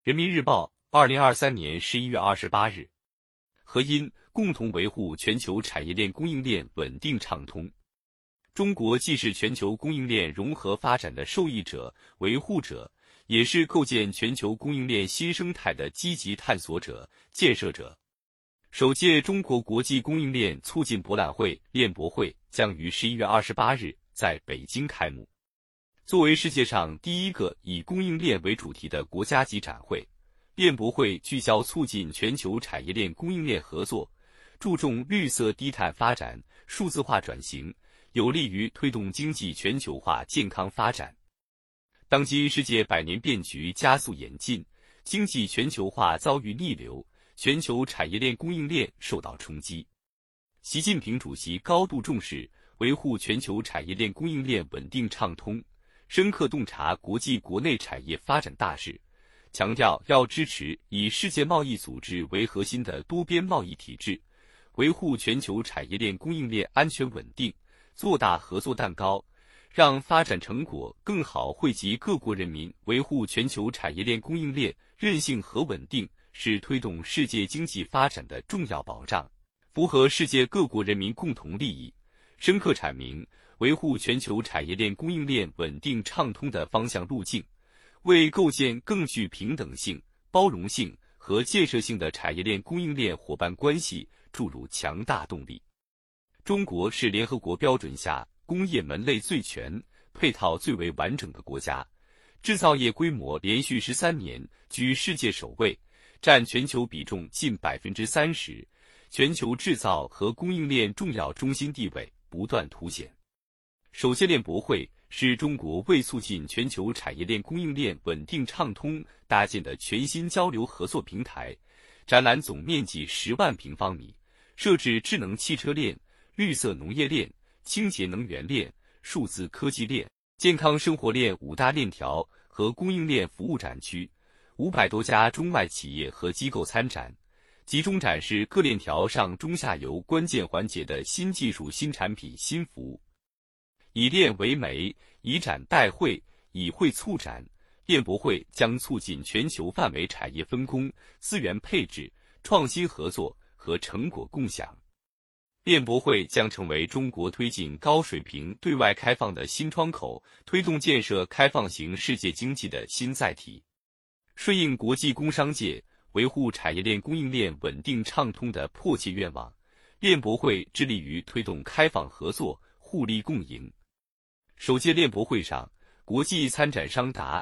人民日报，2023年11月28日。合因共同维护全球产业链供应链稳定畅通。中国既是全球供应链融合发展的受益者、维护者，也是构建全球供应链新生态的积极探索者、建设者。首届中国国际供应链促进博览会链博会将于11月28日在北京开幕。作为世界上第一个以供应链为主题的国家级展会，链博会聚焦促进全球产业链供应链合作，注重绿色低碳发展、数字化转型，有利于推动经济全球化健康发展。当今世界百年变局加速演进，经济全球化遭遇逆流，全球产业链供应链受到冲击。习近平主席高度重视维护全球产业链供应链稳定畅通，深刻洞察国际国内产业发展大势，强调要支持以世界贸易组织为核心的多边贸易体制，维护全球产业链供应链安全稳定，做大合作蛋糕，让发展成果更好惠及各国人民。维护全球产业链供应链韧性和稳定是推动世界经济发展的重要保障，符合世界各国人民共同利益，深刻阐明维护全球产业链供应链稳定畅通的方向路径，为构建更具平等性、包容性和建设性的产业链供应链伙伴关系注入强大动力。中国是联合国标准下工业门类最全、配套最为完整的国家，制造业规模连续13年居世界首位，占全球比重近30%，全球制造和供应链重要中心地位不断凸显。首届链博会是中国为促进全球产业链供应链稳定畅通搭建的全新交流合作平台，展览总面积10万平方米，设置智能汽车链、绿色农业链、清洁能源链、数字科技链、健康生活链5大链条和供应链服务展区，500多家中外企业和机构参展，集中展示各链条上中下游关键环节的新技术、新产品、新服务。以链为媒，以展带会，以会促展。链博会将促进全球范围产业分工、资源配置、创新合作和成果共享。链博会将成为中国推进高水平对外开放的新窗口，推动建设开放型世界经济的新载体。顺应国际工商界维护产业链供应链稳定畅通的迫切愿望，链博会致力于推动开放合作、互利共赢。首届链博会上，国际参展商达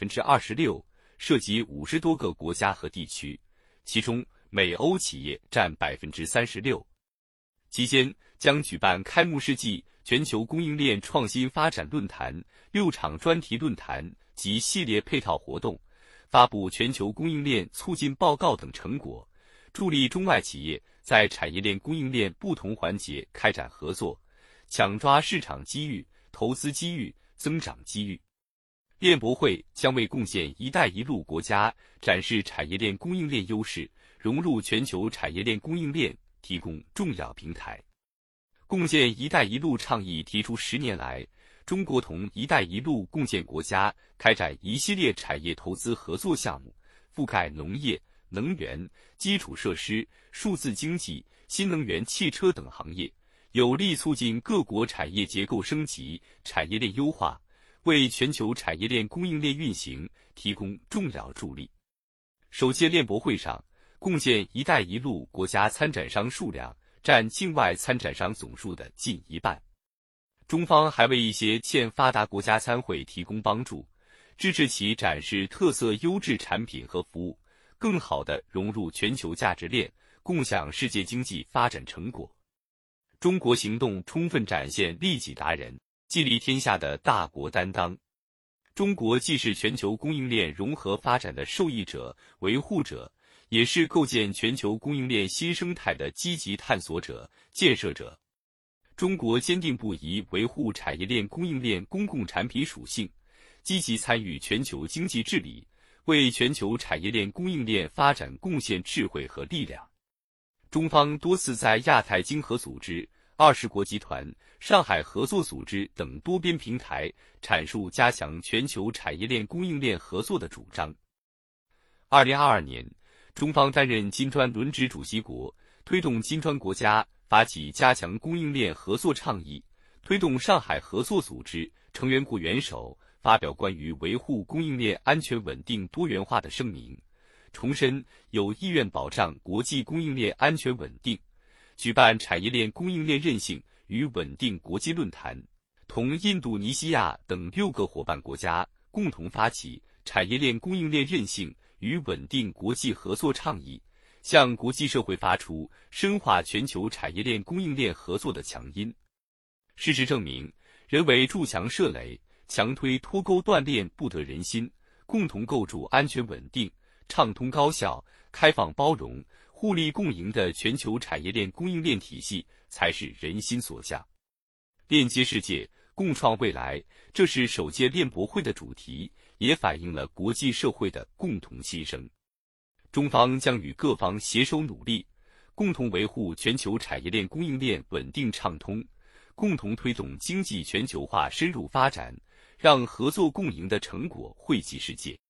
26%，涉及50多个国家和地区，其中美欧企业占36%。期间将举办开幕式暨全球供应链创新发展论坛、6场专题论坛及系列配套活动，发布全球供应链促进报告等成果，助力中外企业在产业链供应链不同环节开展合作，抢抓市场机遇、投资机遇、增长机遇。链博会将为共建“一带一路”国家展示产业链供应链优势、融入全球产业链供应链提供重要平台。共建“一带一路”倡议提出10年来，中国同“一带一路”共建国家开展一系列产业投资合作项目，覆盖农业、能源、基础设施、数字经济、新能源汽车等行业，有力促进各国产业结构升级、产业链优化，为全球产业链供应链运行提供重要助力。首届链博会上，共建“一带一路”国家参展商数量占境外参展商总数的近1半。中方还为一些欠发达国家参会提供帮助，支持其展示特色优质产品和服务，更好地融入全球价值链，共享世界经济发展成果。中国行动充分展现利己达人、济利天下的大国担当。中国既是全球供应链融合发展的受益者、维护者，也是构建全球供应链新生态的积极探索者、建设者。中国坚定不移维护产业链供应链公共产品属性，积极参与全球经济治理，为全球产业链供应链发展贡献智慧和力量。中方多次在亚太经合组织、20国集团、上海合作组织等多边平台阐述加强全球产业链供应链合作的主张。 2022年，中方担任金砖轮值主席国，推动金砖国家发起加强供应链合作倡议，推动上海合作组织成员国元首发表关于维护供应链安全稳定多元化的声明，重申有意愿保障国际供应链安全稳定，举办产业链供应链韧性与稳定国际论坛，同印度尼西亚等6个伙伴国家共同发起产业链供应链韧性与稳定国际合作倡议，向国际社会发出深化全球产业链供应链合作的强音。事实证明，人为筑墙设垒，强推脱钩断链不得人心，共同构筑安全稳定、畅通高效、开放包容、互利共赢的全球产业链供应链体系才是人心所向。链接世界，共创未来，这是首届链博会的主题，也反映了国际社会的共同心声。中方将与各方携手努力，共同维护全球产业链供应链稳定畅通，共同推动经济全球化深入发展，让合作共赢的成果惠及世界。